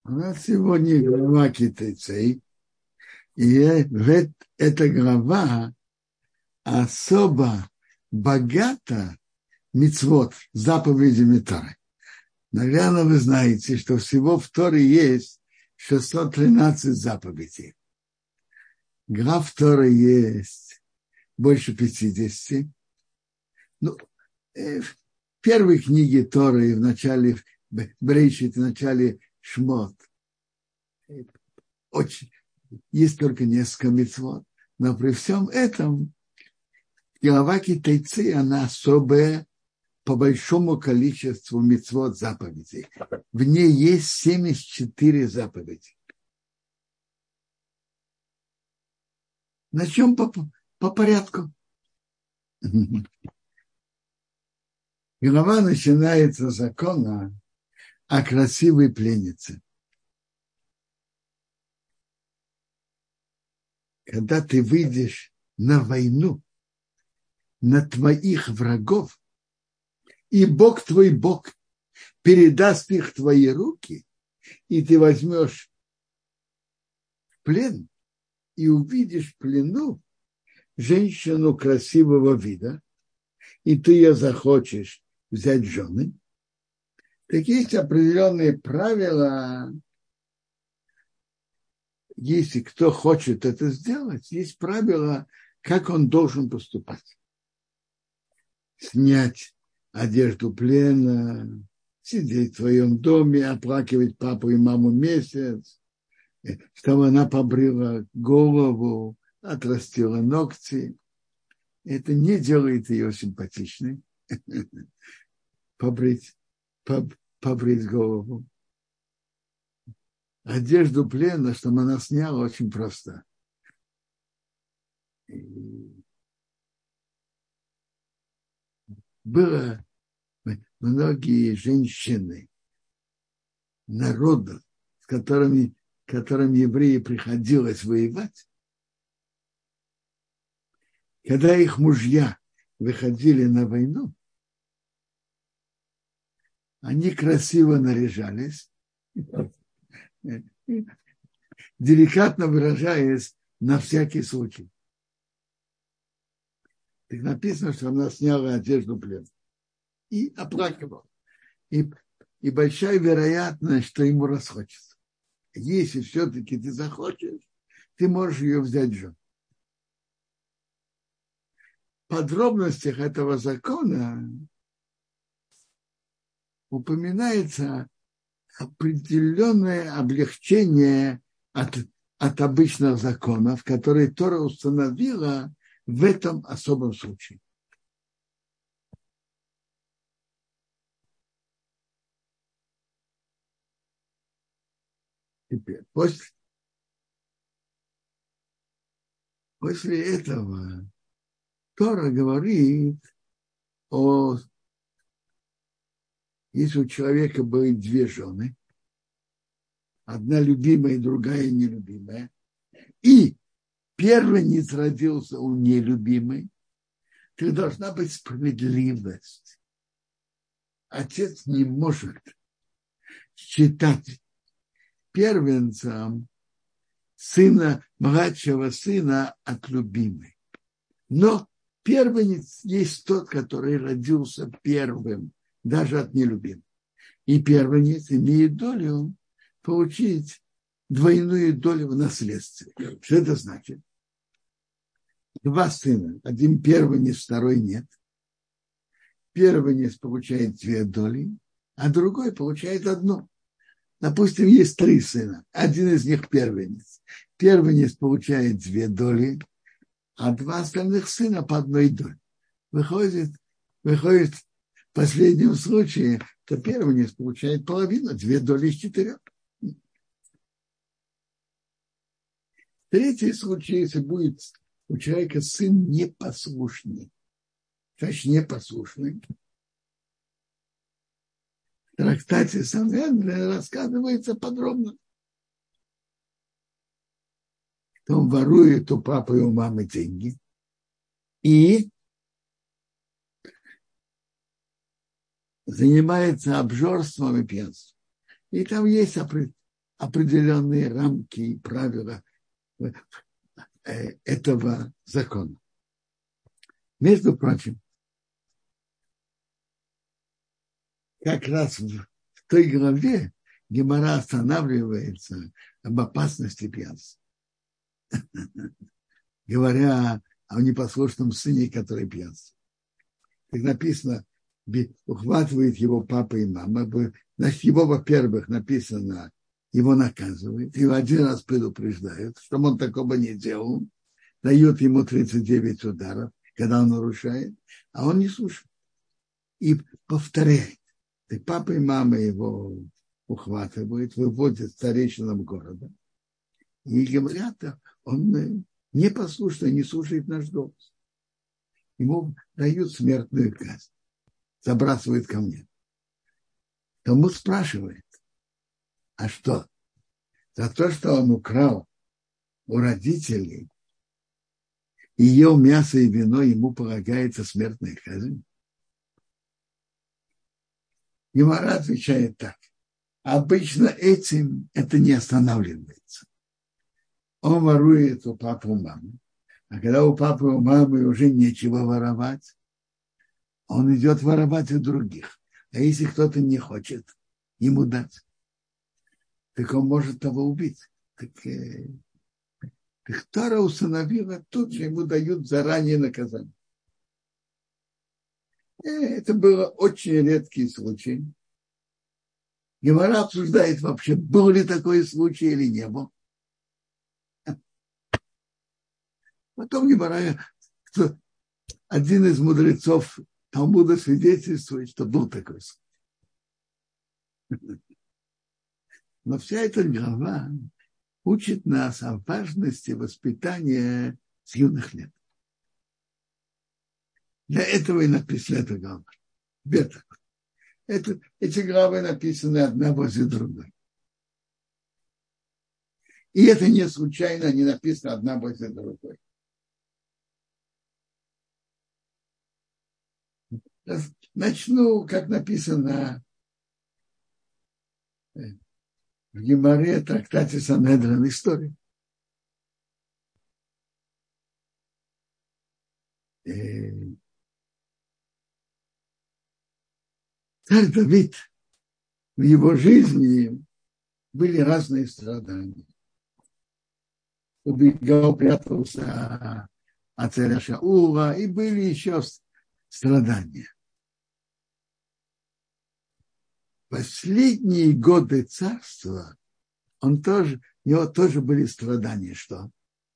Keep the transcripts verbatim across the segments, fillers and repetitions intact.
У нас сегодня глава Китайцей, и эта глава особо богата мицвот, заповедями Торы. Наверное, вы знаете, что всего в Торе есть шестьсот тринадцать заповедей. Глав Торы есть больше пятидесяти. Ну, в первой книге Торы, в начале Брейшит, в начале Шмот, очень, есть только несколько мицвот. Но при всем этом глава Китайцы, она особая по большому количеству мицвот заповедей. В ней есть семьдесят четыре заповеди. Начнем по, по порядку. Глава начинается с закона о красивой пленнице. Когда ты выйдешь на войну, на твоих врагов, и Бог твой Бог передаст их в твои руки, и ты возьмешь в плен и увидишь в плену женщину красивого вида, и ты ее захочешь взять в жены, так есть определенные правила. Если кто хочет это сделать, есть правила, как он должен поступать. Снять одежду плена, сидеть в твоем доме, оплакивать папу и маму месяц, чтобы она побрила голову, отрастила ногти. Это не делает ее симпатичной. Побрить, поб, побрить голову. Одежду плена, чтобы она сняла, очень просто. Было многие женщины, народов, с которыми, которым евреи приходилось воевать, когда их мужья выходили на войну, они красиво наряжались, деликатно выражаясь, на всякий случай. Так написано, что она сняла одежду плена и оплакивала. И, и большая вероятность, что ему расхочется. Если все-таки ты захочешь, ты можешь ее взять в жену. В подробностях этого закона упоминается определенное облегчение от, от обычных законов, которые Тора установила в этом особом случае. Теперь, после, после этого Тора говорит о... Если у человека были две жены, одна любимая и другая нелюбимая, и первенец родился у нелюбимой, то должна быть справедливость. Отец не может считать первенцем сына, младшего сына от любимой. Но первенец есть тот, который родился первым, даже от нелюбимой. И первенец имеет долю получить двойную долю в наследстве. Что это значит? Два сына. Один первенец, второй нет. Первенец получает две доли, а другой получает одну. Допустим, есть три сына. Один из них первенец. Первенец получает две доли, а два остальных сына по одной доле. Выходит, выходит в последнем случае, то первенец получает половину, две доли из четырех. Третий случай, если будет у человека сын непослушный, значит, непослушный. В трактате Сангедрин рассказывается подробно. Он ворует у папы и у мамы деньги и занимается обжорством и пьянством. И там есть определенные рамки и правила этого закона. Между прочим, как раз в той главе Гемара останавливается об опасности пьянства, говоря о непослушном сыне, который пьянствует. Как написано, ухватывает его папа и мама. Значит, его, во-первых, написано, его наказывают, его один раз предупреждают, чтобы он такого не делал, дают ему тридцать девять ударов, когда он нарушает, а он не слушает. И повторяет. И папа и мама его ухватывают, выводят старейшинам города. И говорят, он непослушно не слушает наш голос. Ему дают смертную казнь, забрасывают камнями. Тому спрашивает, а что? За то, что он украл у родителей и ел мясо и вино, ему полагается смертная казнь? Гемара отвечает так. Обычно этим это не останавливается. Он ворует у папы и мамы. А когда у папы и у мамы уже нечего воровать, он идет воровать у других. А если кто-то не хочет ему дать, так он может того убить. Так, э, так Тора установила, тут же ему дают заранее наказание. Э, это было очень редкий случай. Гемара обсуждает вообще, был ли такой случай или не был. Потом Гемара, кто, один из мудрецов Талмуда свидетельствует, что был такой случай. Но вся эта глава учит нас о важности воспитания с юных лет. Для этого и написана эта глава. Это, эти главы написаны одна возле другой. И это не случайно, они написаны одна возле другой. Начну, как написано в Гемаре, трактате Санедрин, история. Царь Давид, в его жизни были разные страдания. Убегал, прятался от царя Шаула, и были еще страдания. Последние годы царства он тоже, у него тоже были страдания. Что?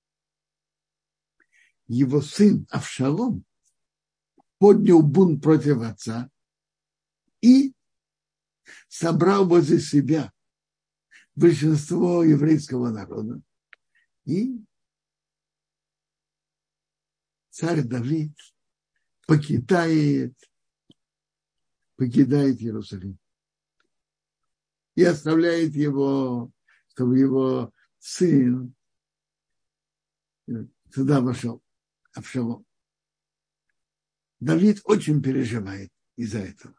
Его сын Авшалом поднял бунт против отца и собрал возле себя большинство еврейского народа. И царь Давид покидает, покидает Иерусалим. И оставляет его, чтобы его сын туда вошел, Авшалом. Давид очень переживает из-за этого.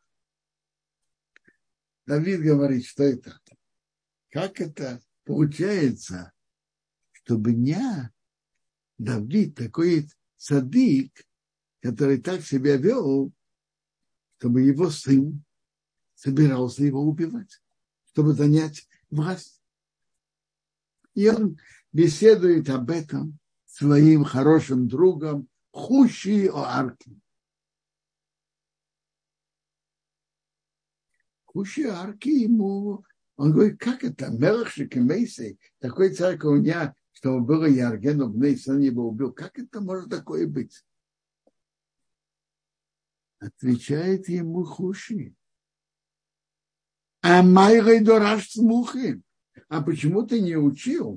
Давид говорит, что это? Как это получается, чтобы не Давид, такой цадик, который так себя вел, чтобы его сын собирался его убивать, чтобы занять власть. И он беседует об этом с своим хорошим другом Хуши Оарки. Хуши Оарки ему, он говорит, как это, Мелах Шекемейсей, такой царь, как у меня, чтобы было Яргену, Бней сын его убил, как это может такое быть? Отвечает ему Хуши. А майрой дораж смухи. А почему ты не учил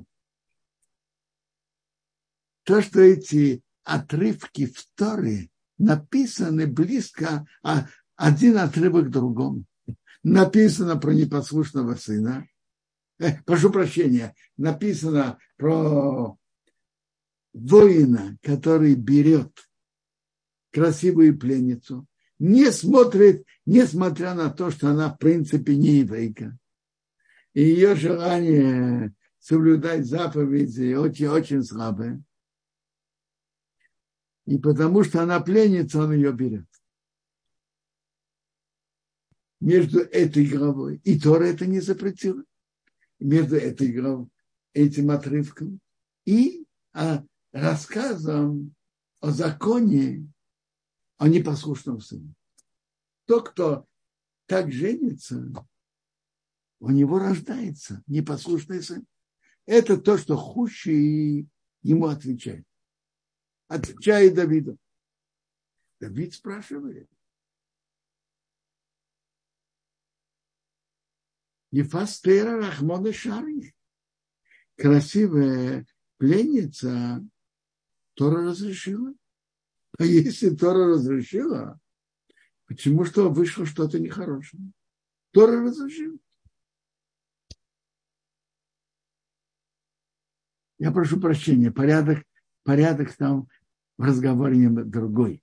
то, что эти отрывки в Торе написаны близко, а один отрывок к другому. Написано про непослушного сына. Э, прошу прощения. Написано про воина, который берет красивую пленницу, не смотрит, несмотря на то, что она в принципе не еврейка. и ее желание соблюдать заповеди очень-очень слабое. И потому что она пленница, он ее берет. Между этой главой, и Тора это не запретила, между этой главой, этим отрывком и а, рассказом о законе о непослушном сыне. Тот, кто так женится, у него рождается непослушный сын. Это то, что Хуши ему отвечает. Отвечает Давиду. Давид спрашивает. Ефастера Рахмона Шарни. Красивая пленница Тора разрешила. А если Тора разрешила, почему что вышло что-то нехорошее? Тора разрешила. Я прошу прощения, порядок, порядок там в разговоре другой.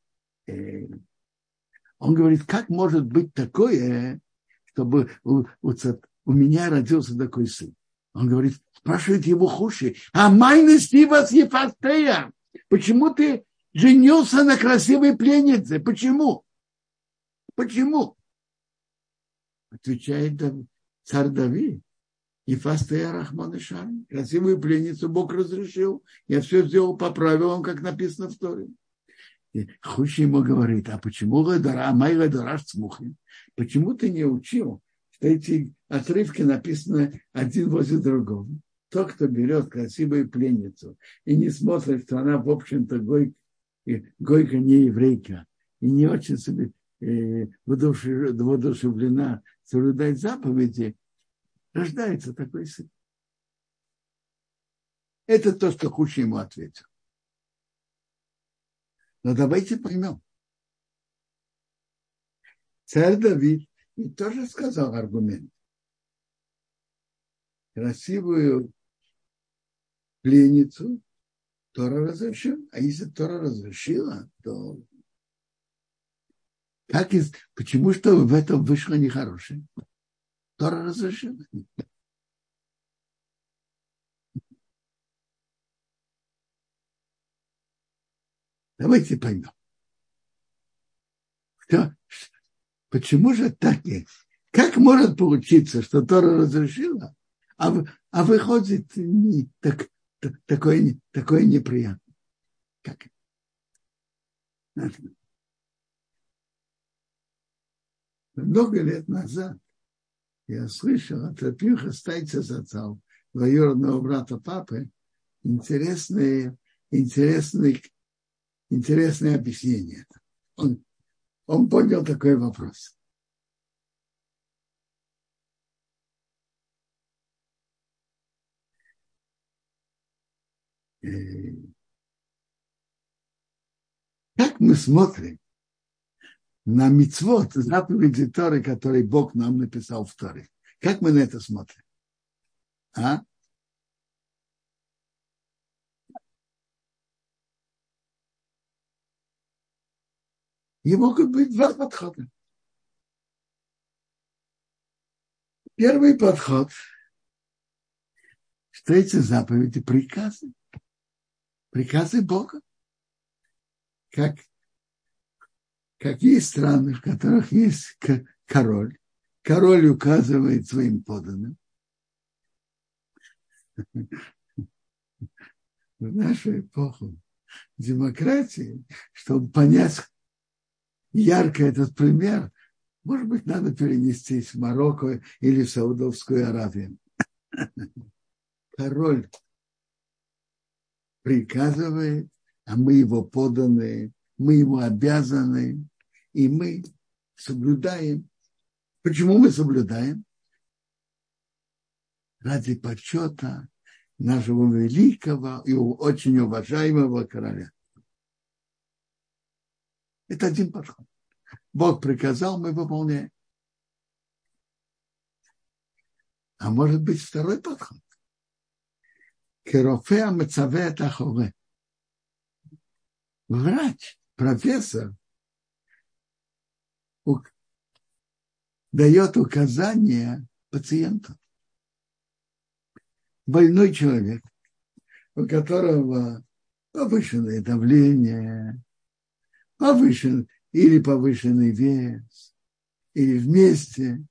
Он говорит, как может быть такое, чтобы у, у, у меня родился такой сын? Он говорит, спрашивает его Хуши, а майности вас Ефастея, почему ты женился на красивой пленнице? Почему? Почему? Отвечает царь Давид. Ефастея Рахмана Шарни. Красивую пленницу Бог разрешил. Я все сделал по правилам, как написано в Торе. Хуши ему говорит, а почему Почему ты не учил, что эти отрывки написаны один возле другого? Тот, кто берет красивую пленницу и не смотрит, что она, в общем-то, гойка, гойка не еврейка, и не очень себе э, воодушевлена соблюдать заповеди, рождается такой сын. Это то, что Хуши ему ответил. Но давайте поймем. Царь Давид и тоже сказал аргумент. Красивую пленницу Тора разрешила. А если Тора разрешила, то как из... почему что в этом вышло нехорошее? Тора разрешила. Давайте поймем. Что? Почему же так есть? Как может получиться, что Тора разрешила, а, а выходит не, так, так, такое, такое неприятное? Как? Много лет назад я слышал от Рапиха Стайца Зацал, двоюродного брата папы, интересные, интересные, интересные объяснения. Он, он понял такой вопрос. Как мы смотрим на мицвот, заповеди Торы, которые Бог нам написал в Торе? Как мы на это смотрим? А? И могут быть два подхода. Первый подход, что эти заповеди приказы, приказы Бога. Как, как есть страны, в которых есть король. Король указывает своим подданным. В нашу эпоху демократии, чтобы понять ярко этот пример, может быть, надо перенестись в Марокко или в Саудовскую Аравию. Король приказывает, а мы его подданные, мы ему обязаны, и мы соблюдаем. Почему мы соблюдаем? Ради почета нашего великого и очень уважаемого короля. Это один подход. Бог приказал, мы выполняем. А может быть второй подход. Керофеа мецаве тахове. Врач, профессор дает указания пациенту. больной человек, у которого повышенное давление, повышен или повышенный вес, или вместе,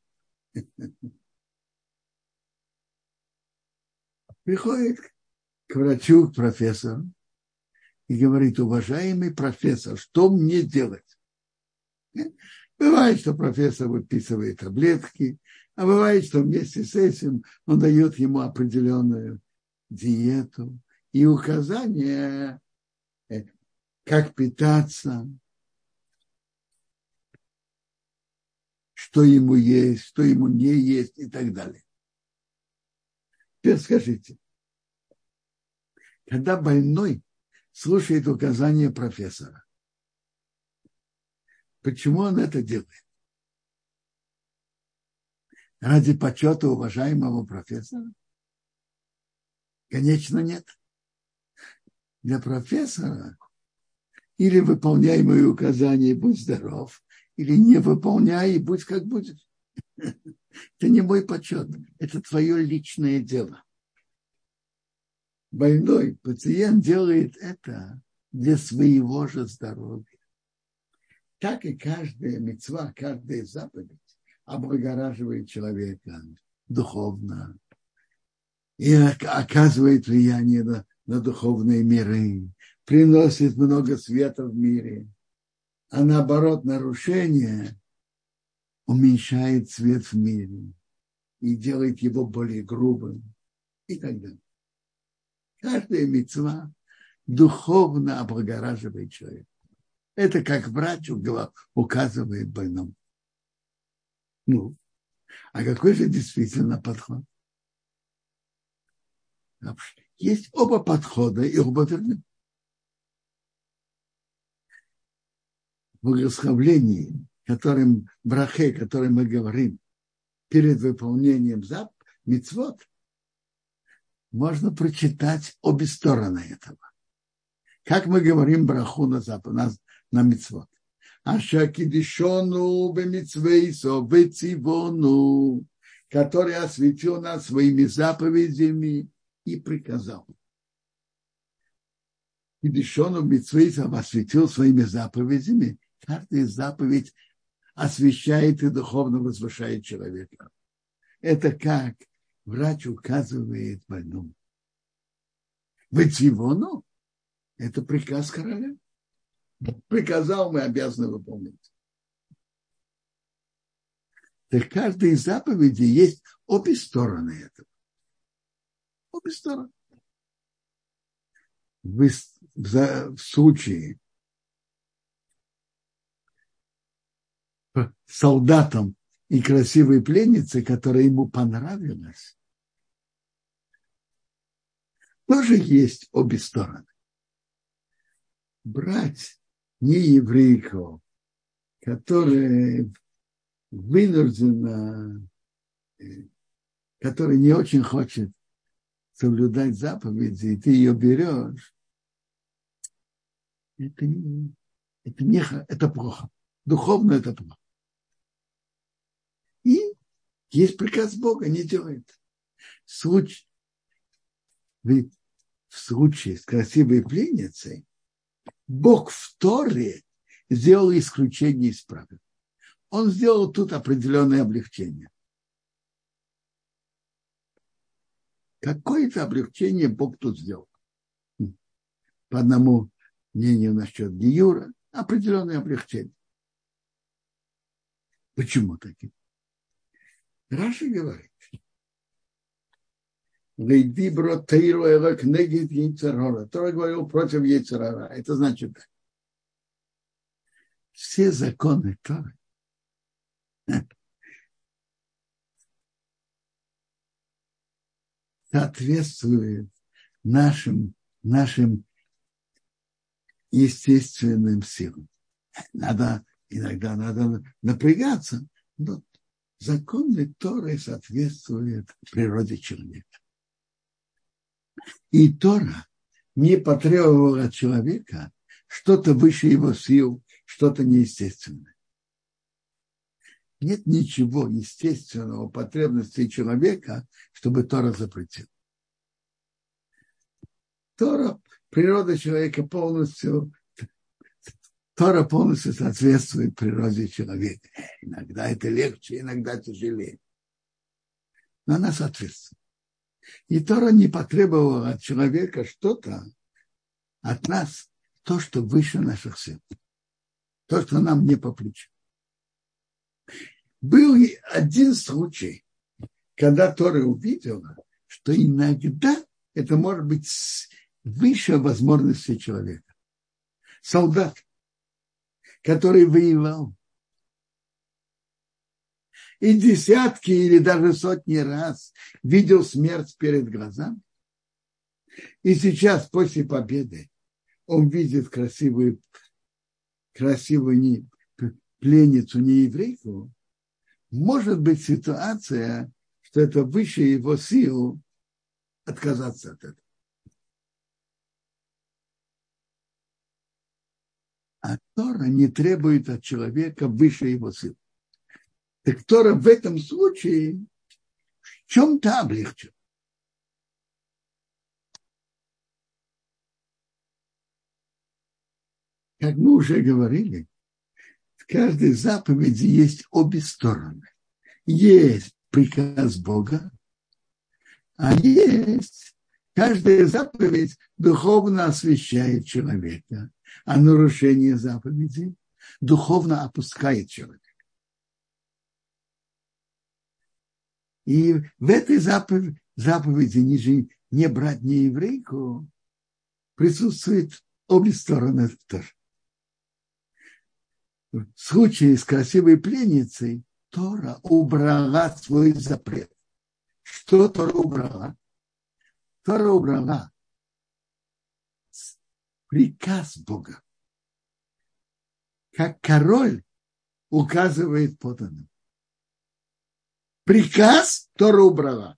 приходит к врачу, к профессору и говорит: уважаемый профессор, что мне делать? Бывает, что профессор выписывает таблетки, а бывает, что вместе с этим он дает ему определенную диету и указания, как питаться, что ему есть, что ему не есть и так далее. Теперь скажите, когда больной слушает указания профессора, почему он это делает? Ради почета уважаемого профессора? Конечно, нет. Для профессора или выполняй мои указания, будь здоров, или не выполняй, и будь как будет. Это не мой почет, это твое личное дело. Больной пациент делает это для своего же здоровья. Так и каждая мицва, каждая заповедь облагораживает человека духовно и оказывает влияние на, на духовные миры, приносит много света в мире, а наоборот нарушение уменьшает свет в мире и делает его более грубым и так далее. Каждая мицва духовно облагораживает человека. Это как врач указывает больному. Ну, а какой же действительно подход? Есть оба подхода и оба верны. В благословлении, которым, брахе, которым мы говорим перед выполнением зап, мицвот, можно прочитать обе стороны этого. Как мы говорим браху на, зап, на, на мицвот. Аша кидишону бемицвейсо бецивону, который осветил нас своими заповедями и приказал. Кидишону бемицвейсо осветил своими заповедями. Каждая заповедь освещает и духовно возвышает человека. Это как врач указывает больному. Бецивону – это приказ короля. Приказал, мы обязаны выполнять. Так каждой из заповедей есть обе стороны этого. Обе стороны. В, в, в случае солдатам и красивой пленнице, которая ему понравилась, тоже есть обе стороны. Брать не еврейку, которая вынуждена, которая не очень хочет соблюдать заповеди, и ты ее берешь, это, не, это, не, это плохо. Духовно это плохо. И есть приказ Бога, не делает. Случай, в случае с красивой пленницей Бог в Торе сделал исключение из правил. Он сделал тут определенное облегчение. Какое-то облегчение Бог тут сделал. По одному мнению насчет гиюра, определенное облегчение. Почему такие? Раши говорит, Тора говорил против Ейцер-Гара. Это значит так. Все законы Торы соответствуют нашим, нашим естественным силам. Надо, иногда надо напрягаться, но законы Торы соответствуют природе человека. И Тора не потребовала от человека что-то выше его сил, что-то неестественное. Нет ничего естественного потребностей человека, чтобы Тора запретила. Тора, природа человека полностью, Тора полностью соответствует природе человека. Иногда это легче, иногда тяжелее. Но она соответствует. И Тора не потребовала от человека что-то, от нас, то, что выше наших сил. То, что нам не по плечу. Был один случай, когда Тора увидела, что иногда это может быть выше возможностей человека. Солдат, который воевал, и десятки или даже сотни раз видел смерть перед глазами, и сейчас, после победы, он видит красивую, красивую не, пленницу, не еврейку, может быть ситуация, что это выше его сил отказаться от этого. А Тора не требует от человека выше его сил. Так Тора в этом случае в чем-то облегчен. Как мы уже говорили, в каждой заповеди есть обе стороны. Есть приказ Бога, а есть каждая заповедь духовно освящает человека, а нарушение заповеди духовно опускает человека. И в этой заповеди, заповеди не, не брать не еврейку присутствует обе стороны тоже. В случае с красивой пленницей Тора убрала свой запрет. Что Тора убрала? Тора убрала приказ Бога. Как король указывает подданным. Приказ Тора убрала.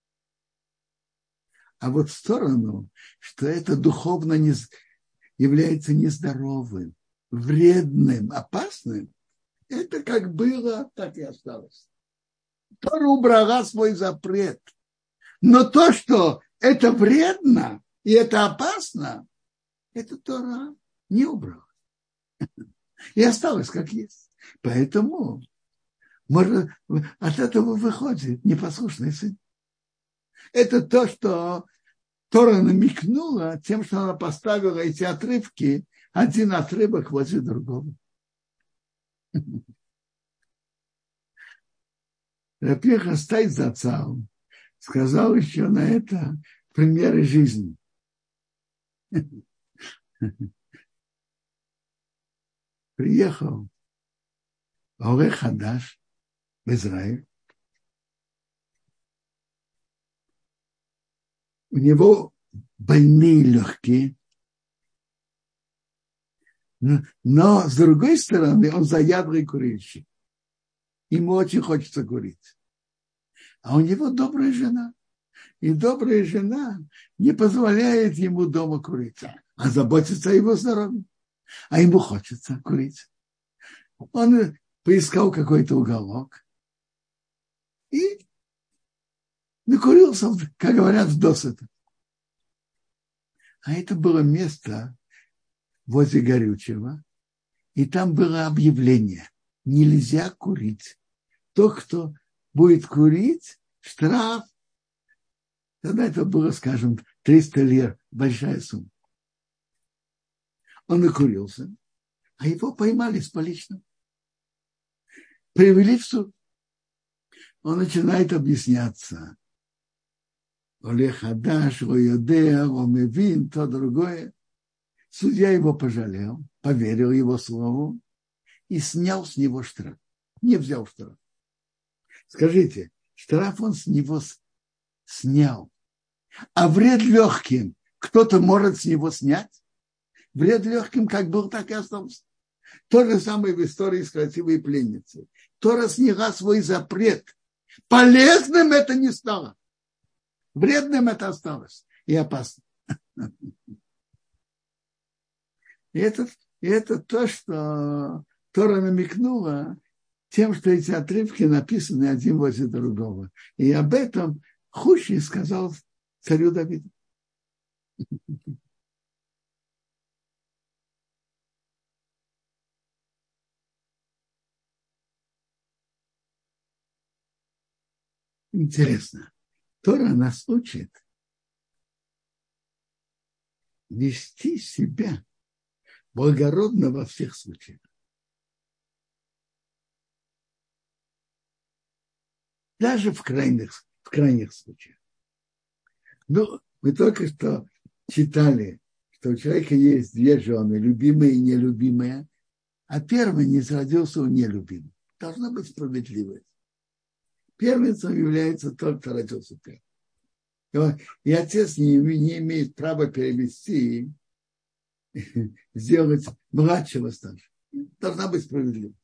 А вот в сторону, что это духовно не, является нездоровым, вредным, опасным, это как было, так и осталось. Тора убрала свой запрет. Но то, что это вредно и это опасно, это Тора не убрала. И осталось как есть. Поэтому может, от этого выходит непослушный сын. Это то, что Тора намекнула тем, что она поставила эти отрывки, один отрывок возле другого. Рабби Хасдай Зацал сказал еще на это примеры жизни. Приехал Оле Хадаш в Израиль. У него больные легкие. Но, но с другой стороны, он заядлый курильщик. Ему очень хочется курить. А у него добрая жена. И добрая жена не позволяет ему дома курить, а заботится о его здоровье. А ему хочется курить. Он поискал какой-то уголок и накурился, как говорят, досыта. А это было место возле горючего, и там было объявление: нельзя курить. Тот, кто будет курить, штраф. Тогда это было, скажем, триста лир, большая сумма. Он накурился, а его поймали с поличным. Привели в суд. Он начинает объясняться. Оле Хадаш, Ойодеа, Омевин, то другое. Судья его пожалел, поверил его слову и снял с него штраф. Не взял штраф. Скажите, штраф он с него снял. А вред легким кто-то может с него снять? Вред легким как был, так и остался. То же самое в истории с красивой пленницей. Тора сняла свой запрет. Полезным это не стало. Вредным это осталось. И опасно. И это, и это то, что Тора намекнула тем, что эти отрывки написаны один возле другого. И об этом Хуши сказал царю Давиду. Интересно. Тора нас учит вести себя благородно во всех случаях. Даже в крайних, в крайних случаях. Ну, мы только что читали, что у человека есть две жены, любимая и нелюбимая, а первый не родился у нелюбимой. Должна быть справедливость. Первенцем является тот, кто родился первым. И отец не, не имеет права перевести, сделать младшего старше. Должна быть справедливость.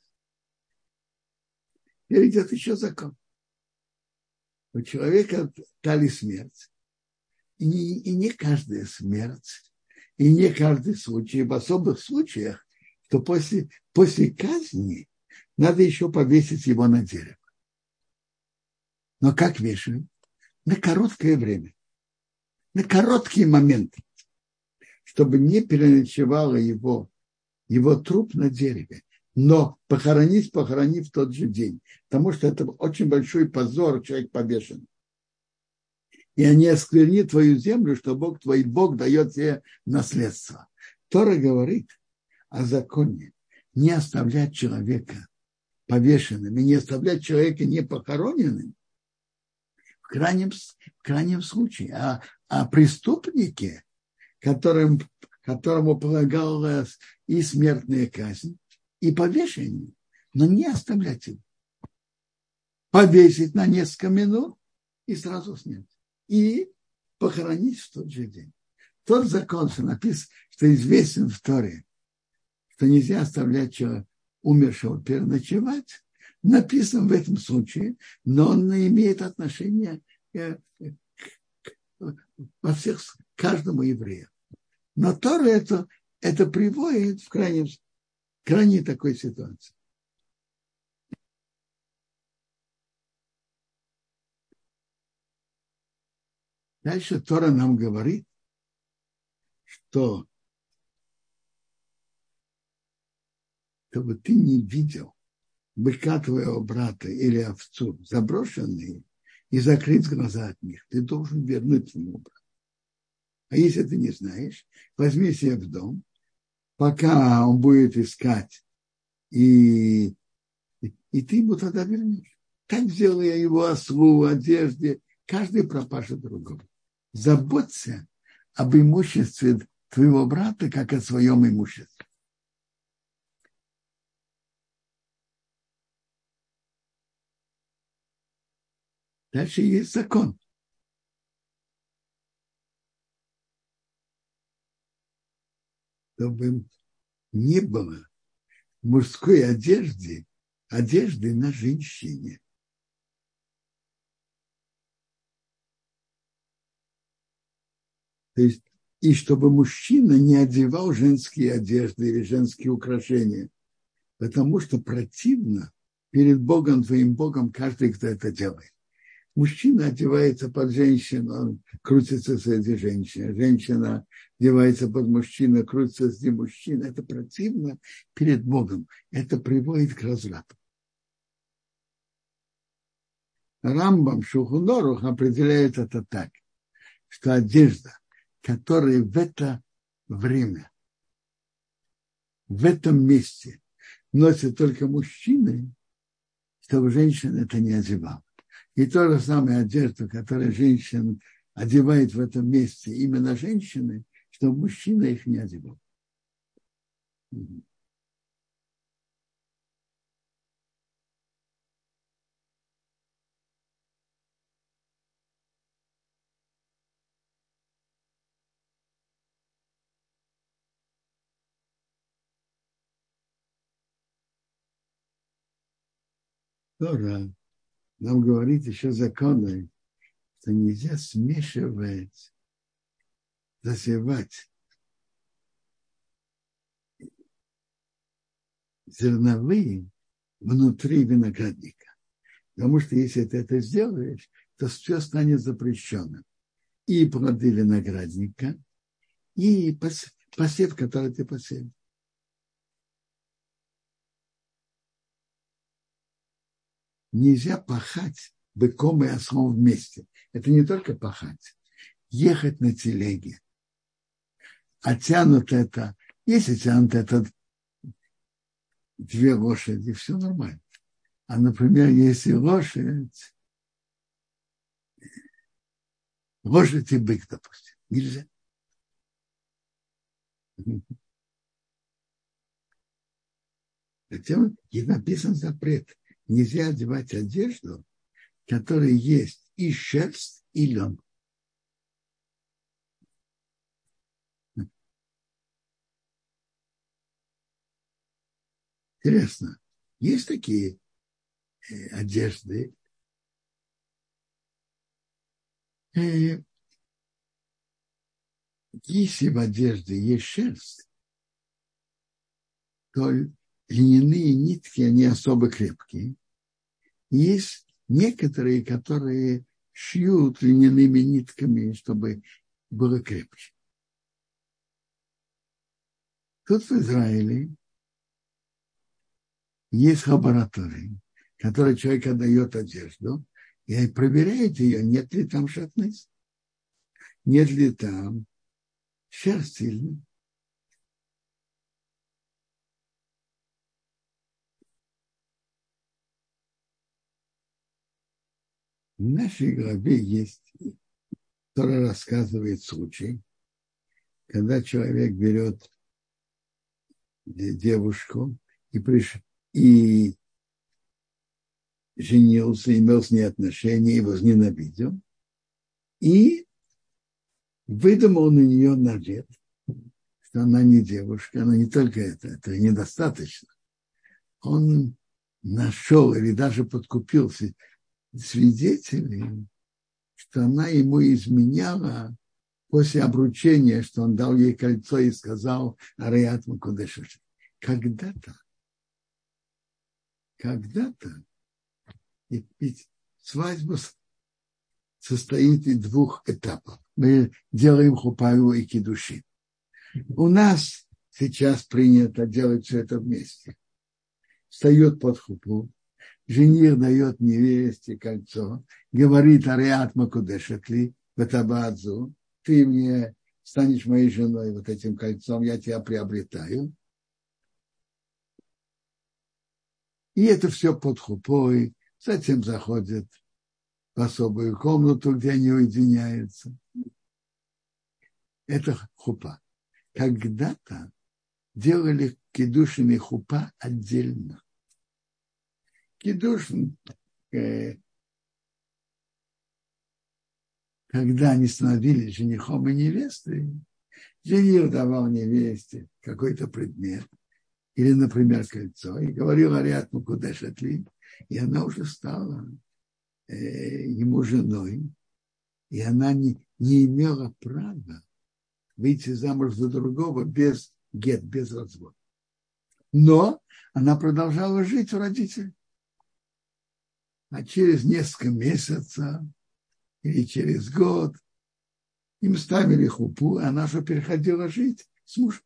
Теперь идет еще закон. У человека дали смерть. И не, и не каждая смерть, и не каждый случай, в особых случаях, что после, после казни надо еще повесить его на дерево. Но как вешают? На короткое время, на короткий момент, чтобы не переночевало его, его труп на дереве, но похоронить, похоронить в тот же день, потому что это очень большой позор, человек повешен. И они осквернят твою землю, что Бог твой Бог дает тебе наследство. Тора говорит о законе не оставлять человека повешенным и не оставлять человека непохороненным в крайнем, в крайнем случае. А, а преступнике, которым, которому полагалась и смертная казнь, и повешение, но не оставлять его. Повесить на несколько минут и сразу снять. И похоронить в тот же день. Тот закон, что написано, что известен в Торе, что нельзя оставлять человека умершего переночевать, написан в этом случае, но он имеет отношение к, к, во всех, к каждому еврею. Но Тора это, это приводит в крайнем, крайней такой ситуации. Дальше Тора нам говорит, что чтобы ты не видел быка твоего брата или овцу заброшенные и закрыть глаза от них, ты должен вернуть ему брата. А если ты не знаешь, возьми себе в дом, пока он будет искать, и, и ты ему тогда вернешь. Так сделай его ослу, одежде, каждый пропажа другому. Заботься об имуществе твоего брата, как о своем имуществе. Дальше есть закон. Чтобы не было мужской одежды, одежды на женщине. То есть, и чтобы мужчина не одевал женские одежды или женские украшения, потому что противно перед Богом, твоим Богом, каждый, кто это делает. Мужчина одевается под женщину, он крутится среди женщин. Женщина одевается под мужчину, крутится среди мужчин. Это противно перед Богом. Это приводит к разврату. Рамбам Шулхан Арух определяет это так, что одежда, которая в это время, в этом месте носят только мужчины, чтобы женщина это не одевала. И то же самое одежду, которую женщина одевает в этом месте именно женщины, чтобы мужчина их не одевал. Тора нам говорит еще законы, что нельзя смешивать, засевать зерновые внутри виноградника. Потому что если ты это сделаешь, то все станет запрещенным. И плоды виноградника, и посев, который ты посеял. Нельзя пахать быком и ослом вместе. Это не только пахать. Ехать на телеге. А тянут это, если тянут это две лошади, все нормально. А, например, если лошадь, лошадь и бык, допустим, нельзя. Затем и написан запрет. Нельзя одевать одежду, в которой есть и шерсть, и лен. Интересно, есть такие э, одежды, э, если в одежде есть шерсть, то льняные нитки, они особо крепкие. Есть некоторые, которые шьют льняными нитками, чтобы было крепче. Тут в Израиле есть лаборатории, в которой человек отдает одежду, и проверяет ее, нет ли там шатниц, нет ли там шерсти. В нашей главе есть, который рассказывает случай, когда человек берет девушку и, приш... и женился, имел с ней отношения, его возненавидел, и выдумал на нее навет, что она не девушка, она не только это, это недостаточно. Он нашел или даже подкупился свидетелей, что она ему изменяла после обручения, что он дал ей кольцо и сказал «Ариат Макудешеш». Когда-то, когда-то, ведь свадьба состоит из двух этапов. Мы делаем хупаю и кидуши. У нас сейчас принято делать все это вместе. Встает под хупу, жених дает невесте кольцо, говорит «Ариат Макудешетли, Батабадзу», ты мне станешь моей женой вот этим кольцом, я тебя приобретаю. И это все под хупой, затем заходят в особую комнату, где они уединяются. Это хупа. Когда-то делали кидушин и хупа отдельно. Кидушин, э, когда они становились женихом и невестой, жених давал невесте какой-то предмет, или, например, кольцо, и говорил Ариат Макудешетли, и она уже стала э, ему женой, и она не, не имела права выйти замуж за другого без гет, без развода. Но она продолжала жить у родителей. А через несколько месяцев или через год им ставили хупу, и она же переходила жить с мужем.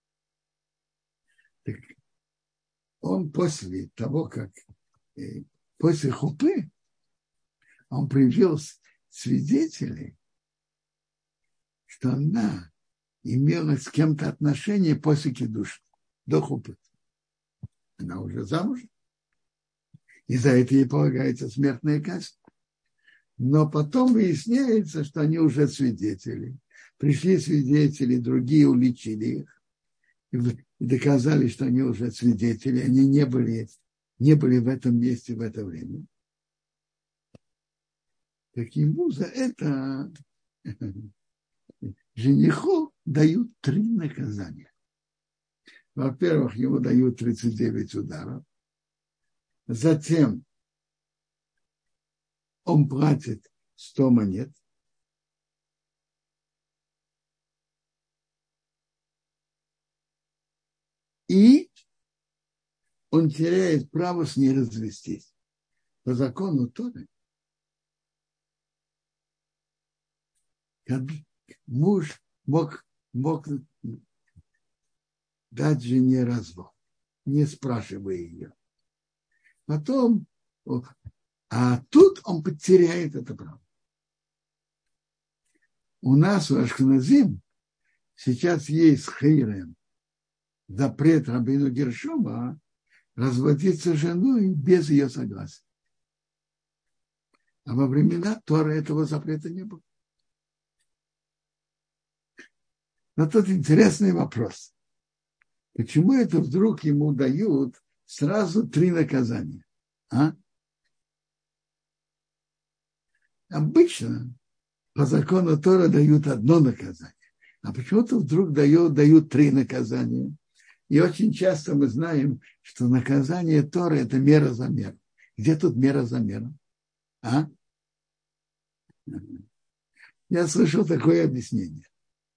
Так он после того, как э, после хупы, он привел свидетелей, что она имела с кем-то отношение после кидуша, до хупы. Она уже замужем. И за это ей полагается смертная казнь. Но потом выясняется, что они уже свидетели. Пришли свидетели, другие уличили их. И доказали, что они уже свидетели. Они не были, не были в этом месте в это время. Так ему за это жениху дают три наказания. Во-первых, ему дают тридцать девять ударов. Затем он платит сто монет. И он теряет право с ней развестись. По закону Торы, как муж мог мог дать жене развод, не спрашивая ее. Потом, а тут он потеряет это право. У нас, у Ашкеназим, сейчас есть хейрем, запрет рабейну Гершома разводиться с женой без ее согласия. А во времена Торы этого запрета не было. Но тут интересный вопрос. Почему это вдруг ему дают сразу три наказания? А? Обычно по закону Тора дают одно наказание. А почему-то вдруг дают, дают три наказания. И очень часто мы знаем, что наказание Торы – это мера за меру. Где тут мера за меру? А? Я слышал такое объяснение.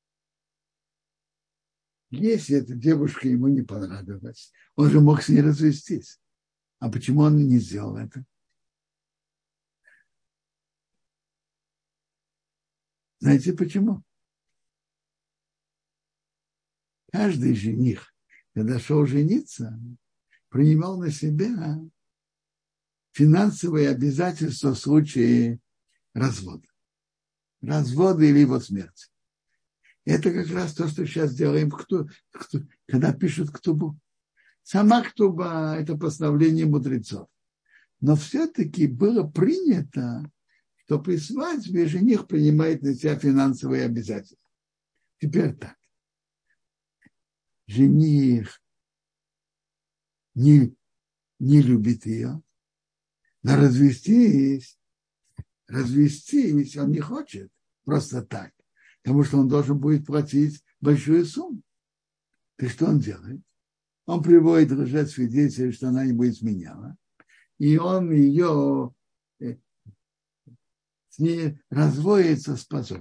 Если эта девушка ему не понравилась, он же мог с ней развестись. А почему он не сделал это? Знаете почему? Каждый жених, когда шел жениться, принимал на себя финансовые обязательства в случае развода. Развода или его смерти. Это как раз то, что сейчас делаем, кто, кто, когда пишут ктубу. Сама ктуба – это постановление мудрецов. Но все-таки было принято, что при свадьбе жених принимает на себя финансовые обязательства. Теперь так. Жених не, не любит ее, но развестись, развестись он не хочет просто так, потому что он должен будет платить большую сумму. И что он делает? Он приводит лжесвидетелей, что она не будет изменяла, и он ее с ней разводится с позором.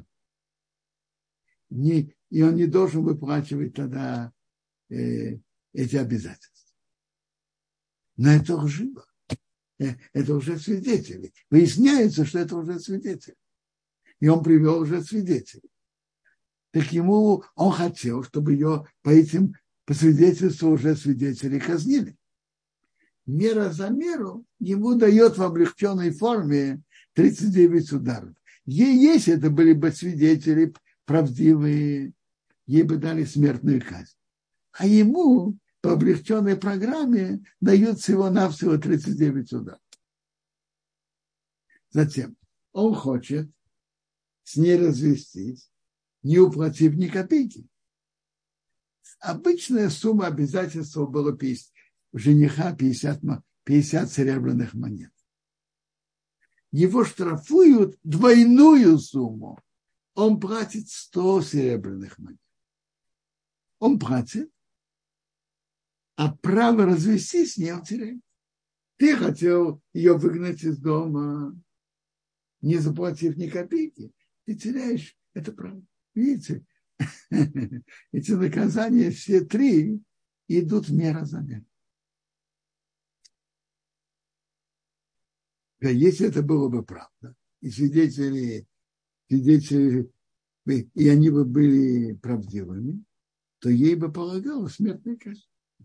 Не, и он не должен выплачивать тогда э, эти обязательства. Но это лживо. Э, это уже свидетели. Выясняется, что это уже свидетели. И он привел уже свидетелей. Так ему он хотел, чтобы ее по этим по свидетельству уже свидетелей казнили. Мера за меру ему дает в облегченной форме тридцать девять ударов. Ей, если это были бы свидетели правдивые, ей бы дали смертную казнь. А ему по облегченной программе дают всего-навсего тридцать девять ударов. Затем он хочет с ней развестись, не уплатив ни копейки. Обычная сумма обязательства была пятьдесят, у жениха пятьдесят, пятьдесят серебряных монет. Его штрафуют двойную сумму. Он платит сто серебряных монет. Он платит, а право развестись с ней он теряет. Ты хотел ее выгнать из дома, не заплатив ни копейки, ты теряешь это право. Видите, эти наказания все три идут мера за меру. Если это было бы правда, и свидетели, свидетели, и они бы были правдивыми, то ей бы полагалось смертная казнь.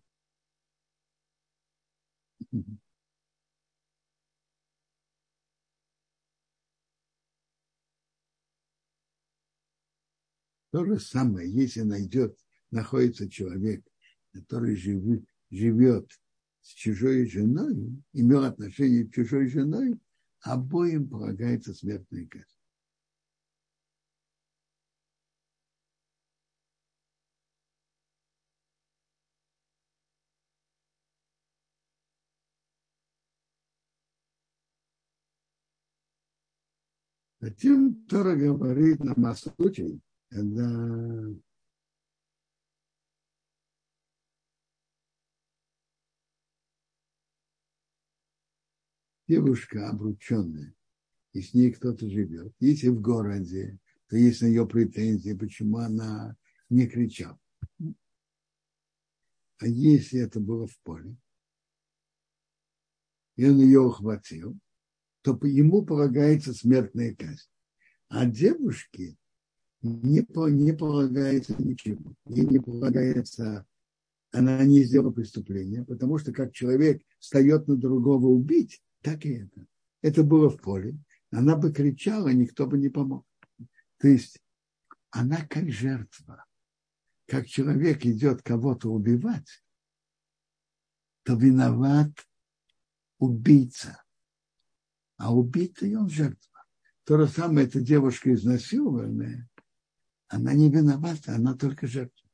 То же самое, если найдет, находится человек, который живет, живет с чужой женой, имел отношение к чужой женой, обоим полагается смертная казнь. Затем Тора говорит нам о случае, когда девушка обрученная, и с ней кто-то живет. Если в городе, то есть на ее претензии, почему она не кричала. А если это было в поле, и он ее ухватил, то ему полагается смертная казнь. А девушке не, не полагается ничего. Ей не полагается, она не сделала преступления, потому что как человек встает на другого убить, так и это. Это было в поле. Она бы кричала, никто бы не помог. То есть она как жертва. Как человек идет кого-то убивать, то виноват убийца. А убитый он жертва. То же самое, эта девушка изнасилованная, она не виновата, она только жертва.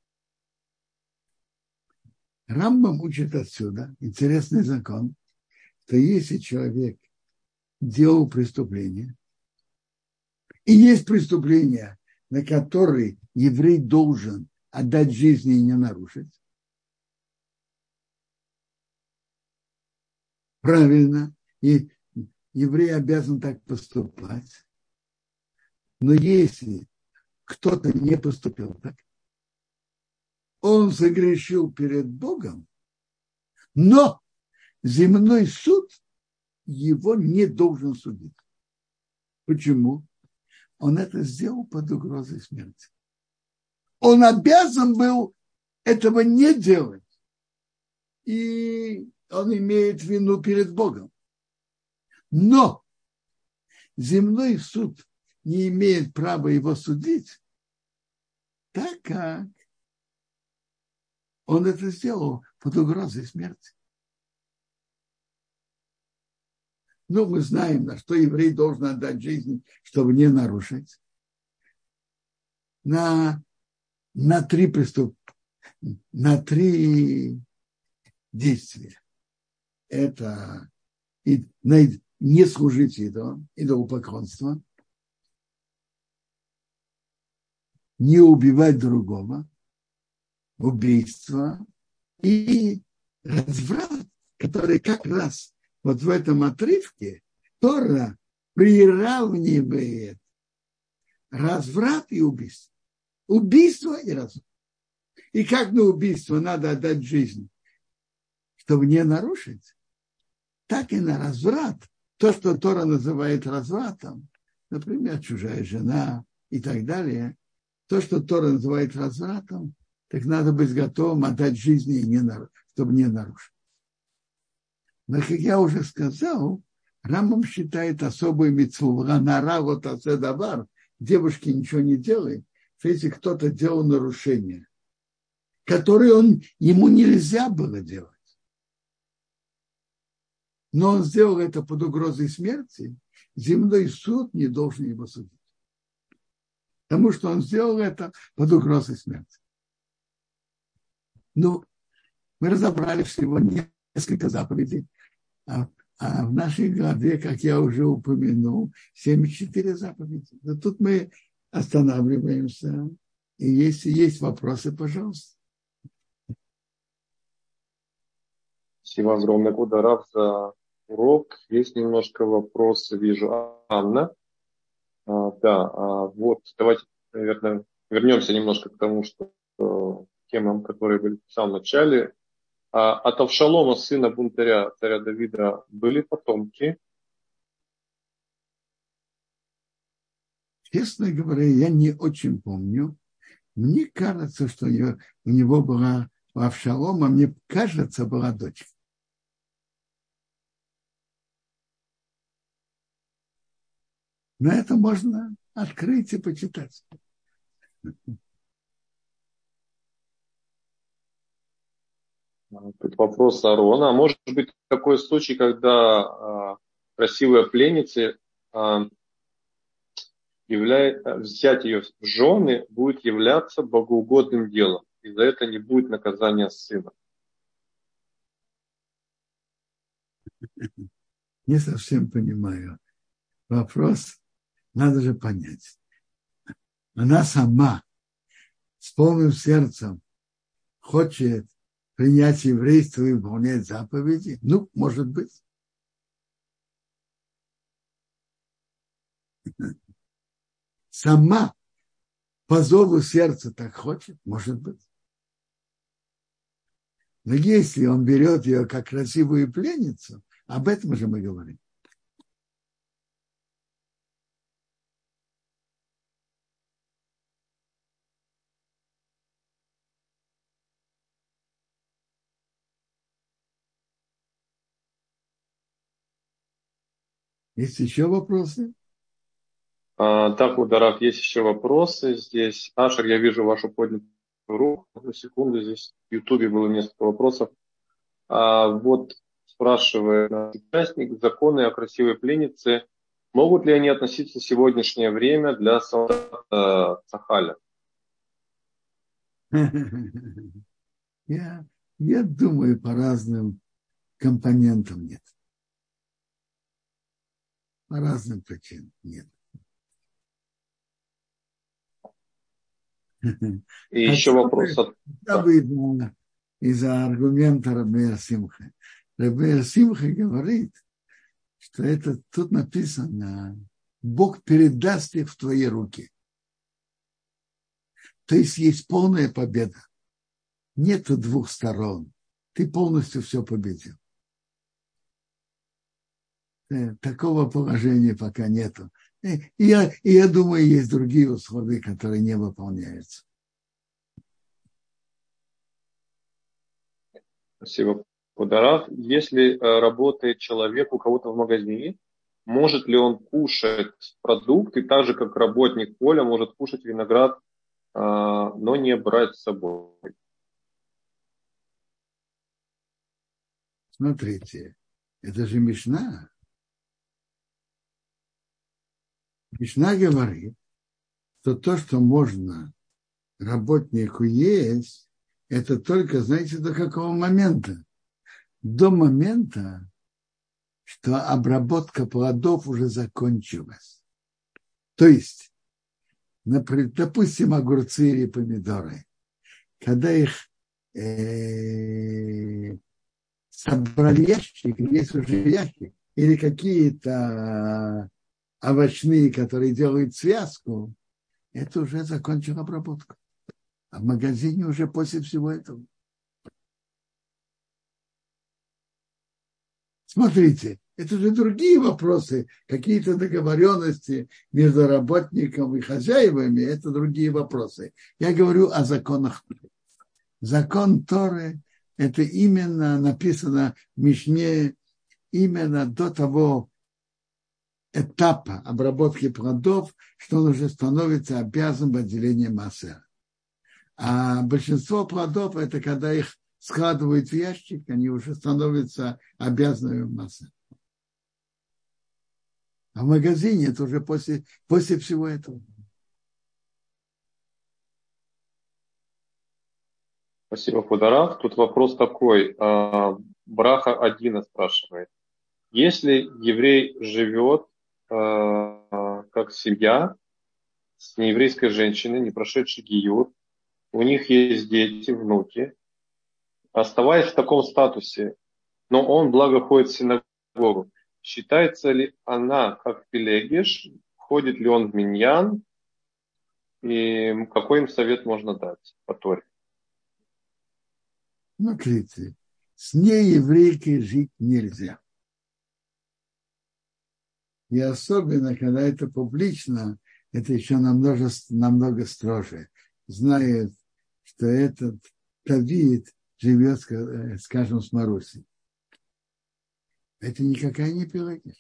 Рамбам учит отсюда интересный закон, что если человек делал преступление, и есть преступление, на которое еврей должен отдать жизни и не нарушить, правильно, и еврей обязан так поступать. Но если кто-то не поступил так, он согрешил перед Богом, но земной суд его не должен судить. Почему? Он это сделал под угрозой смерти. Он обязан был этого не делать. И он имеет вину перед Богом. Но земной суд не имеет права его судить, так как он это сделал под угрозой смерти. Ну, мы знаем, на что еврей должен отдать жизнь, чтобы не нарушить. На, на три преступ, на три действия. Это и, на, не служить идолам, идолопоклонство, не убивать другого, убийство и разврат, который как раз вот в этом отрывке Тора приравнивает разврат и убийство. Убийство и разврат. И как на убийство надо отдать жизнь, чтобы не нарушить, так и на разврат. То, что Тора называет развратом, например, чужая жена и так далее, то, что Тора называет развратом, так надо быть готовым отдать жизнь, и не нарушить, чтобы не нарушить. Но, как я уже сказал, Рамбам считает особую мицву, нара вот аседавар, девушке ничего не делает, что если кто-то делал нарушение, которое он, ему нельзя было делать, но он сделал это под угрозой смерти, земной суд не должен его судить. Потому что он сделал это под угрозой смерти. Ну, мы разобрали всего несколько заповедей. А, а в нашей главе, как я уже упомянул, семьдесят четыре заповеди. Но тут мы останавливаемся. И если есть вопросы, пожалуйста. Спасибо огромное, Кударав, за урок. Есть немножко вопросов, вижу. Анна. А, да, а, вот, давайте, наверное, вернемся немножко к тому, что к темам, которые были в самом начале. А от Авшалома, сына бунтаря, царя Давида, были потомки? Честно говоря, я не очень помню. Мне кажется, что у него, у него была, у Авшалома, мне кажется, была дочь. Но это можно открыть и почитать. Тут вопрос Аарона. А может быть такой случай, когда а, красивая пленница а, являет, взять ее в жены будет являться богоугодным делом, и за это не будет наказания сына? Не совсем понимаю. Вопрос надо же понять. Она сама с полным сердцем хочет принять еврейство и выполнять заповеди? Ну, может быть. Сама по зову сердца так хочет? Может быть. Но если он берет ее как красивую пленницу, об этом же мы говорим. Есть еще вопросы? А, так, Ударов, есть еще вопросы здесь. Ашер, я вижу вашу поднятую руку. Одну секунду, здесь в Ютубе было несколько вопросов. А, вот спрашивает наш участник, законы о красивой пленнице, могут ли они относиться в сегодняшнее время для солдата Цахаля? Я, я думаю, по разным компонентам нет. По разным причинам нет. И еще Хотя вопрос бы, от... хотя бы из-за, из-за аргумента Рабея Симха. Рабея Симха говорит, что это тут написано, Бог передаст их в твои руки. То есть есть полная победа. Нету двух сторон. Ты полностью все победил. Такого положения пока нету. И я, и я думаю, есть другие условия, которые не выполняются. Спасибо, Ударов. Если э, работает человек у кого-то в магазине, может ли он кушать продукты, так же, как работник поля может кушать виноград, э, но не брать с собой? Смотрите, это же Мишна. Мишна говорит, что то, что можно работнику есть, это только, знаете, до какого момента? До момента, что обработка плодов уже закончилась. То есть, например, допустим, огурцы или помидоры, когда их э, собрали ящик, есть уже ящик, или какие-то овощные, которые делают связку, это уже закончила обработку. А в магазине уже после всего этого. Смотрите, это же другие вопросы, какие-то договоренности между работником и хозяевами, это другие вопросы. Я говорю о законах. Закон Торы, это именно написано в Мишне, именно до того этапа обработки плодов, что он уже становится обязан в отделении массера. А большинство плодов, это когда их складывают в ящик, они уже становятся обязанными в массере. А в магазине это уже после, после всего этого. Спасибо, Ударов. Тут вопрос такой. Э, Браха Адина спрашивает. Если еврей живет э, как семья с нееврейской женщиной, не прошедшей гиюр, у них есть дети, внуки, оставаясь в таком статусе, но он благо ходит в синагогу, считается ли она как пелегиш, входит ли он в миньян, и какой им совет можно дать по Торе? Смотрите, с нееврейкой жить нельзя. И особенно, когда это публично, это еще намного, намного строже. Знает, что этот Давид живет, скажем, с Марусей. Это никакая не пелагия.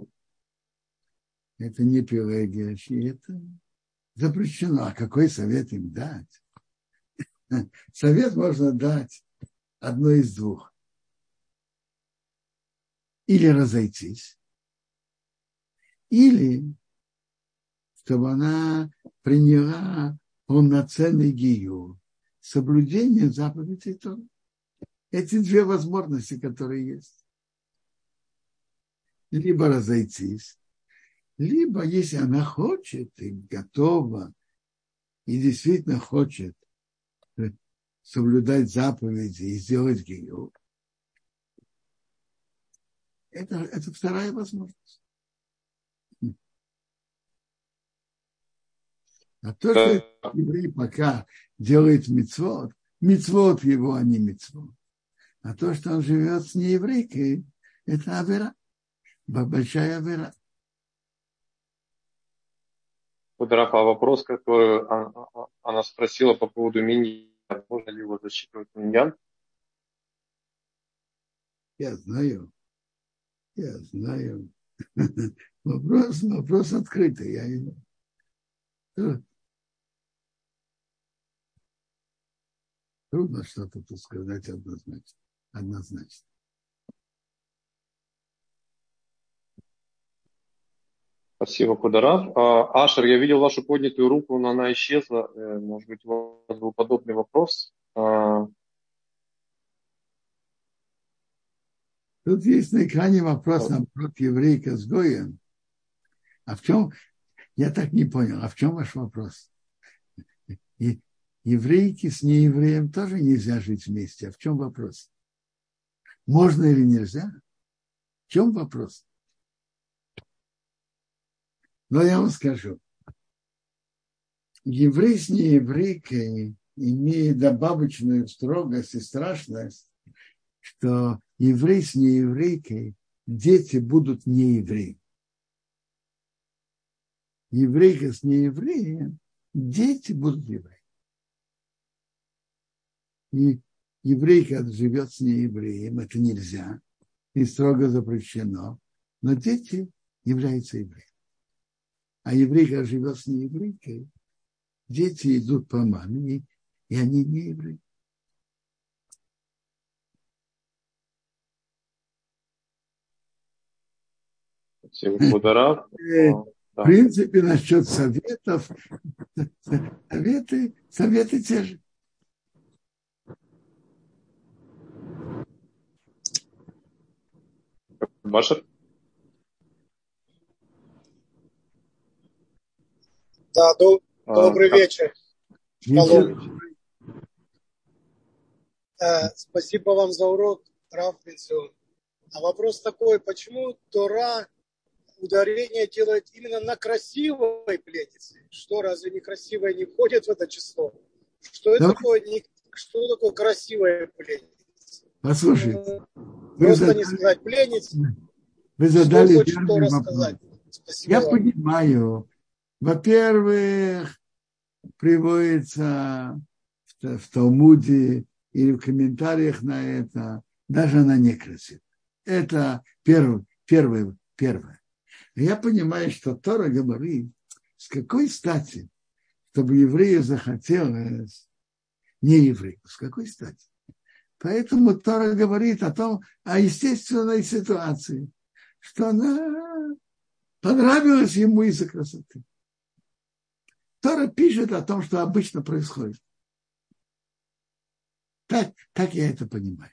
Это не пелагия, и это запрещено. А какой совет им дать? Совет можно дать одно из двух. Или разойтись, или чтобы она приняла полноценный гиюр, соблюдение заповедей Торы. Эти две возможности, которые есть. Либо разойтись, либо, если она хочет и готова, и действительно хочет соблюдать заповеди и сделать гиюр, это, это вторая возможность. А то, что еврей пока делает мицвот, мицвот его, а не мицвот. А то, что он живет с нееврейкой, это авера, большая авера. Ударов, а вопрос, который она спросила по поводу миньян, можно ли его засчитывать миньян? Я знаю, я знаю. Вопрос, вопрос открытый. Я... Трудно что-то тут сказать однозначно. однозначно. Спасибо, Кударав. А, Ашер, я видел вашу поднятую руку, но она исчезла. Может быть, у вас был подобный вопрос? А... Тут есть на экране вопрос, наоборот, еврейка с Гоем. А в чем, я так не понял, а в чем ваш вопрос? И еврейки с неевреем тоже нельзя жить вместе. А в чем вопрос? Можно или нельзя? В чем вопрос? Но я вам скажу. Еврей с нееврейкой имеет добавочную строгость и страшность, что еврей с нееврейкой, дети будут неевреи. Еврейка с неевреем, дети будут евреи. И еврейка живет с неевреем, это нельзя, и строго запрещено, но дети являются евреями. А еврейка живет с нееврейкой, дети идут по маме, и они не евреи. В принципе, насчет советов, советы, советы те же. Башар? Да, доб- добрый а, вечер. вечер. Э, спасибо вам за урок, Рав Бенцион. А вопрос такой, почему Тора ударение делает именно на красивой пленнице? Что, разве некрасивая не входит в это число? Что это такое, не, что такое красивая пленница? Послушайте. Просто задали, не сказать пленница. Вы задали что хочет Тора сказать? Спасибо Я вам. понимаю. Во-первых, приводится в, в Талмуде или в комментариях на это, даже она некрасивая. Это первое, первое, первое. Я понимаю, что Тора говорит, с какой стати, чтобы еврею захотелось не еврею, с какой стати. Поэтому Тора говорит о том, о естественной ситуации, что она понравилась ему из-за красоты. Тора пишет о том, что обычно происходит. Так, так я это понимаю.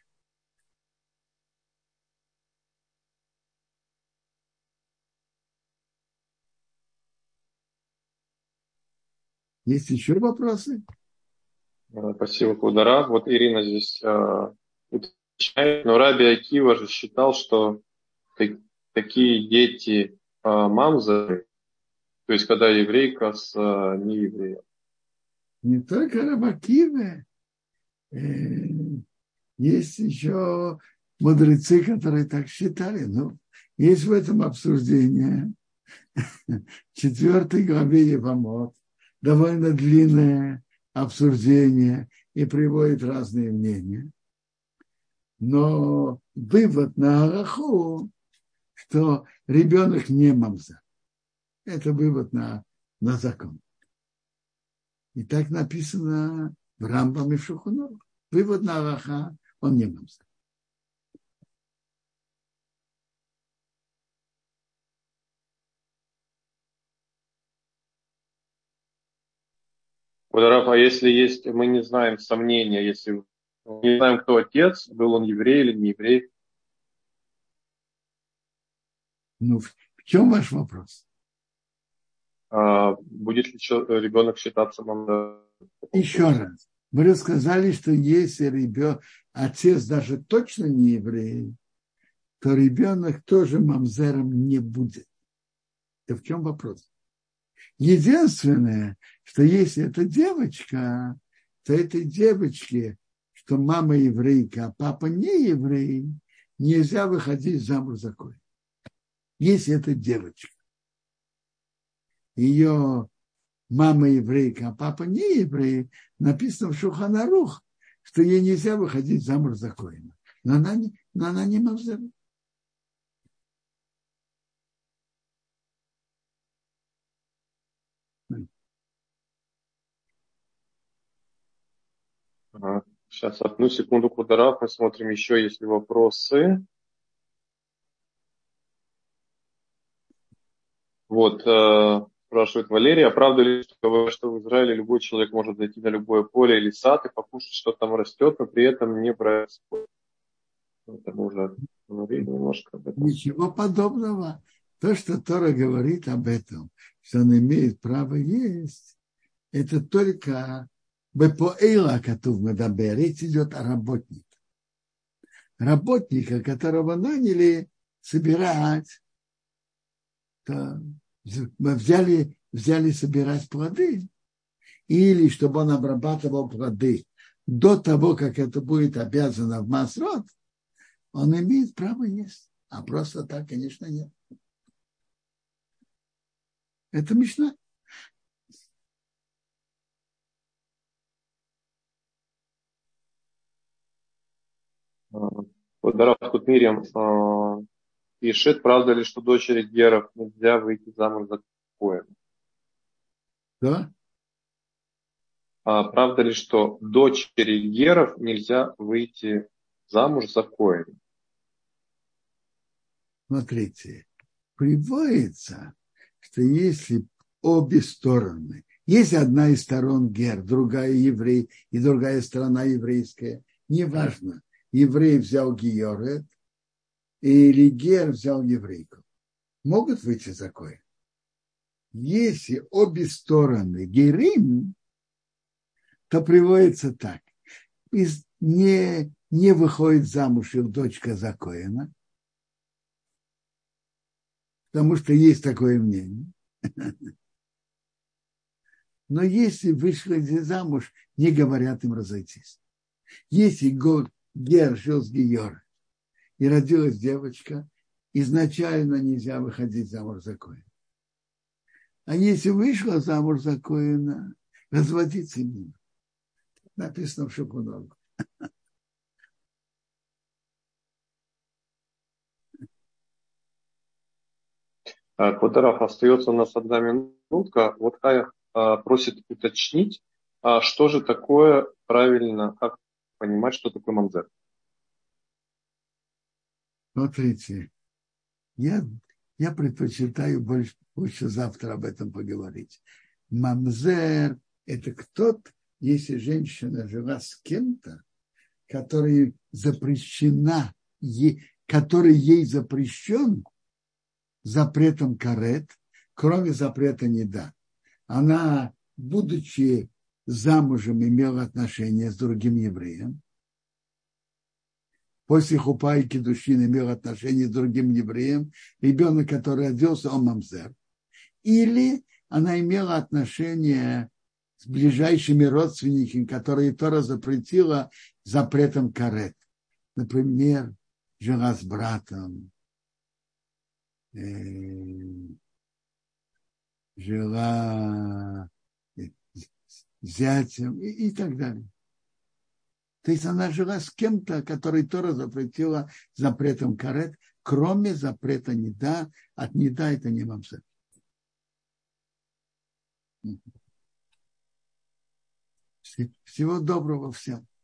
Есть еще вопросы? Спасибо, Кудара. Вот Ирина здесь э, уточняет, но Раби Акива же считал, что так, такие дети э, мамзы, то есть когда еврейка с э, неевреем. Не только Раби Акива. Э, есть еще мудрецы, которые так считали. Ну, есть в этом обсуждение. В четвертой главе Евамот довольно длинное обсуждение и приводит разные мнения. Но вывод на Алаху, что ребенок не мамза. Это вывод на, на закон. И так написано в Рамбам и в Шулхан Арух. Вывод на Алаха, он не мамза. А если есть, мы не знаем сомнения, если не знаем, кто отец, был он еврей или не еврей. Ну, в чем ваш вопрос? А будет ли ребенок считаться мамзой? Еще раз. Вы рассказали, что если ребенок, отец даже точно не еврей, то ребенок тоже мамзером не будет. И в чем вопрос? Единственное, что если это девочка, то этой девочке, что мама еврейка, а папа не еврей, нельзя выходить замуж за коэна. Если это девочка. Ее мама еврейка, а папа не еврей, написано в Шулхан Арух, что ей нельзя выходить замуж за коэна. Но она не, но она не мамзер. Ага. Сейчас одну секунду, Кударав, мы смотрим еще, есть ли вопросы. Вот, э, спрашивает Валерия, а правда ли, что, что в Израиле любой человек может зайти на любое поле или сад и покушать, что там растет, но при этом не брать с собой? Это мы уже говорили немножко об этом. Ничего подобного. То, что Тора говорит об этом, что он имеет право есть, это только бепоэйла, котув медабер. Речь идет о работнике. Работника, которого наняли собирать, то взяли, взяли собирать плоды, или чтобы он обрабатывал плоды до того, как это будет обязано в Масрот, он имеет право есть. А просто так, конечно, нет. Это Мишна. Кударав, тут Мирьям э, пишет, правда ли, что дочери геров нельзя выйти замуж за коэна? Да? А правда ли, что дочери геров нельзя выйти замуж за коэна? Смотрите, приводится, что если обе стороны, есть одна из сторон гер, другая еврей и другая сторона еврейская, неважно, еврей взял георет или гер взял еврейку, могут выйти за коэна. Если обе стороны герим, то приводится так. Из, не, не выходит замуж их дочка за коэна, потому что есть такое мнение. Но если вышла замуж, не говорят им разойтись. Если гер жил с геором и родилась девочка, изначально нельзя выходить замуж за коэна. А если вышла замуж за коэна, разводиться не надо. Написано в Шукуногу. Кударав, остается у нас одна минутка. Вот Ая просит уточнить, а что же такое правильно, как понимать, что такое мамзер? Смотрите, я, я предпочитаю больше, больше завтра об этом поговорить. Мамзер – это кто-то, если женщина жила с кем-то, который запрещена, который ей запрещен запретом карет, кроме запрета неда. Она, будучи замужем, имела отношения с другим евреем. После хупа и кидушин имел отношения с другим евреем. Ребенок, который родился, он мамзер. Или она имела отношения с ближайшими родственниками, которые Тора запретила запретом карет. Например, жила с братом, жила с зятем и, и так далее. То есть она жила с кем-то, который Тора запретила запретом карет, кроме запрета неда. От неда это не мамзер. Всего доброго всем.